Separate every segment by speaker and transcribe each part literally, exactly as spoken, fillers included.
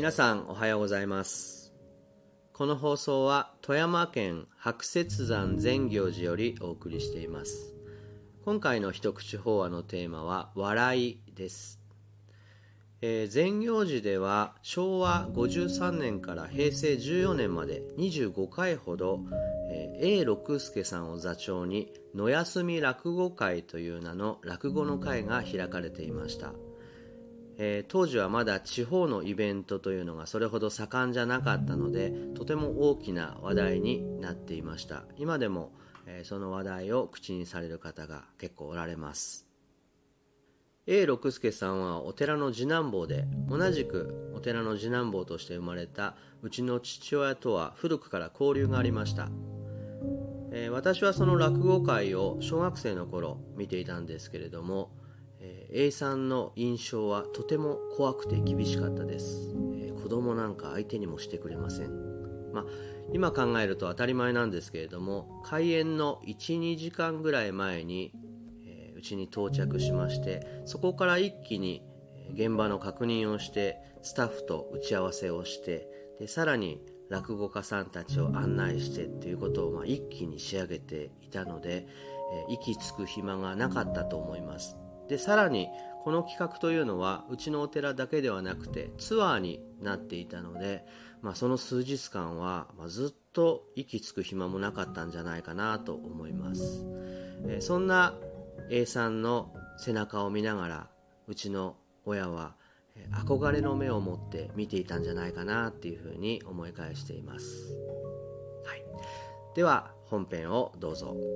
Speaker 1: 皆さんおはようございます。この放送は富山県白雪山善行寺よりお送りしています。今回の一口法話のテーマは笑いです。えー、善行寺ではしょうわごじゅうさんねんからへいせいじゅうよねんまでにじゅうごかいほど、えー、永六輔さんを座長に野休み落語会という名の落語の会が開かれていました。えー、当時はまだ地方のイベントというのがそれほど盛んじゃなかったので、とても大きな話題になっていました。今でも、えー、その話題を口にされる方が結構おられます。永六輔さんはお寺の次男坊で、同じくお寺の次男坊として生まれたうちの父親とは古くから交流がありました。えー、私はその落語会を小学生の頃見ていたんですけれども、A さんの印象はとても怖くて厳しかったです。えー、子供なんか相手にもしてくれません。まあ、今考えると当たり前なんですけれども、開演のいち、にじかんぐらい前にうち、えー、に到着しまして、そこから一気に現場の確認をしてスタッフと打ち合わせをして、でさらに落語家さんたちを案内してということをまあ一気に仕上げていたので、えー、息つく暇がなかったと思います。でさらにこの企画というのはうちのお寺だけではなくてツアーになっていたので、まあ、その数日間は、まあ、ずっと息つく暇もなかったんじゃないかなと思います。えー、そんな A さんの背中を見ながらうちの親は憧れの目を持って見ていたんじゃないかなっていうふうに思い返しています。はい、では本編をどうぞ。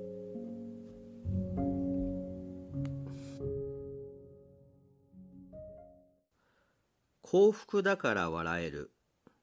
Speaker 1: 幸福だから笑える。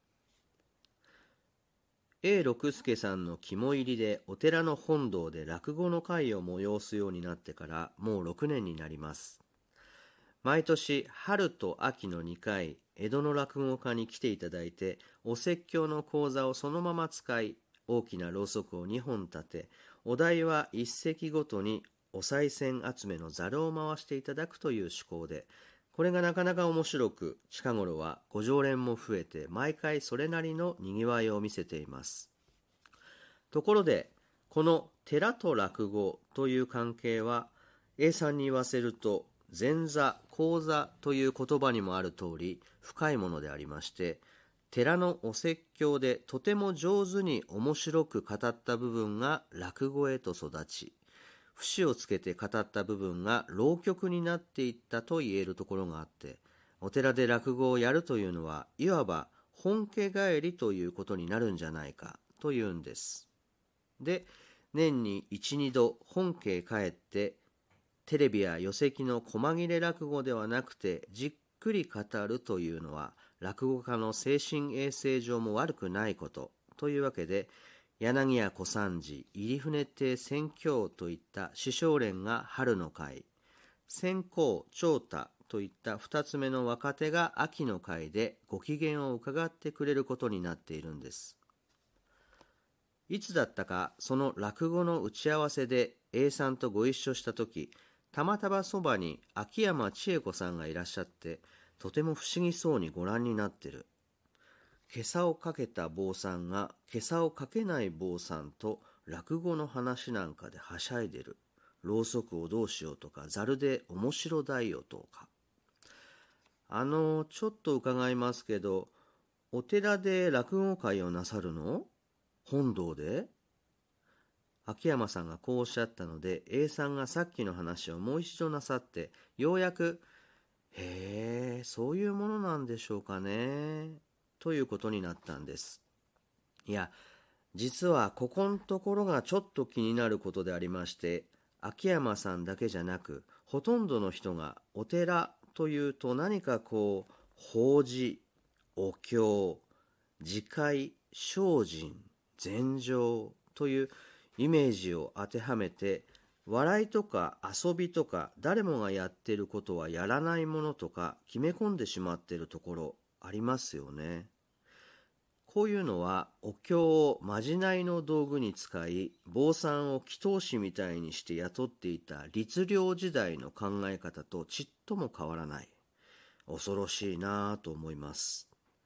Speaker 1: 永六輔さんの肝入りでお寺の本堂で落語の会を催すようになってからもうろくねんになります。毎年春と秋のにかい江戸の落語家に来ていただいて、お説教の講座をそのまま使い、大きなろうそくをにほん立て、お題は一席ごとにお賽銭集めのざるを回していただくという趣向で、これがなかなか面白く、近頃はご常連も増えて毎回それなりのにぎわいを見せています。ところでこの寺と落語という関係は A さんに言わせると前座後座という言葉にもある通り深いものでありまして、寺のお説教でとても上手に面白く語った部分が落語へと育ち、節をつけて語った部分が浪曲になっていったと言えるところがあって、お寺で落語をやるというのはいわば本家帰りということになるんじゃないかというんです。で、年にいち、にど本家へ帰ってテレビや寄席の細切れ落語ではなくてじっくり語るというのは落語家の精神衛生上も悪くないことというわけで、柳家小三治、入船亭宣教といった師匠連が春の会、仙公長太といった二つ目の若手が秋の会でご機嫌を伺ってくれることになっているんです。いつだったかその落語の打ち合わせで A さんとご一緒したとき、たまたまそばに秋山千恵子さんがいらっしゃって、とても不思議そうにご覧になってる。袈裟をかけた坊さんが袈裟をかけない坊さんと落語の話なんかではしゃいでる。ろうそくをどうしようとか、ざるで面白大よとか。あの、ちょっと伺いますけど、お寺で落語会をなさるの？本堂で？秋山さんがこうおっしゃったので、A さんがさっきの話をもう一度なさって、ようやく、へえ、そういうものなんでしょうかね、ということになったんです。いや、実はここのところがちょっと気になることでありまして、秋山さんだけじゃなく、ほとんどの人がお寺というと何かこう、法事、お経、自戒、精進、禅定というイメージを当てはめて、笑いとか遊びとか誰もがやってることはやらないものとか決め込んでしまっているところありますよね。こういうのはお経をまじないの道具に使い、坊さんを祈祷師みたいにして雇っていた律令時代の考え方とちっとも変わらない。恐ろしいなぁと思います。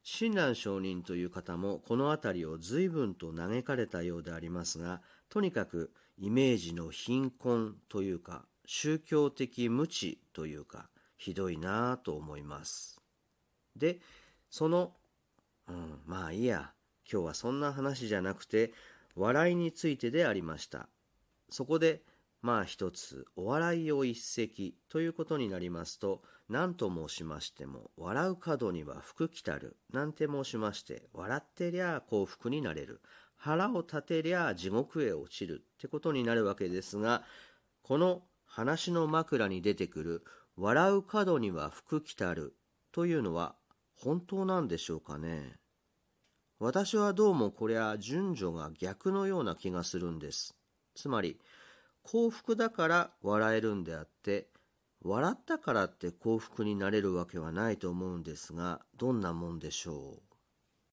Speaker 1: 親鸞上人という方もこのあたりを随分と嘆かれたようでありますが、とにかくイメージの貧困というか宗教的無知というかひどいなぁと思います。で、その、うん、まあいいや、今日はそんな話じゃなくて笑いについてでありました。そこでまあ一つお笑いを一席ということになりますと、何と申しましても笑う角には福来たるなんて申しまして、笑ってりゃ幸福になれる、腹を立てりゃ地獄へ落ちるってことになるわけですが、この話の枕に出てくる笑う角には福来たるというのは本当なんでしょうかね。私はどうもこれは順序が逆のような気がするんです。つまり幸福だから笑えるんであって、笑ったからって幸福になれるわけはないと思うんですが、どんなもんでしょう。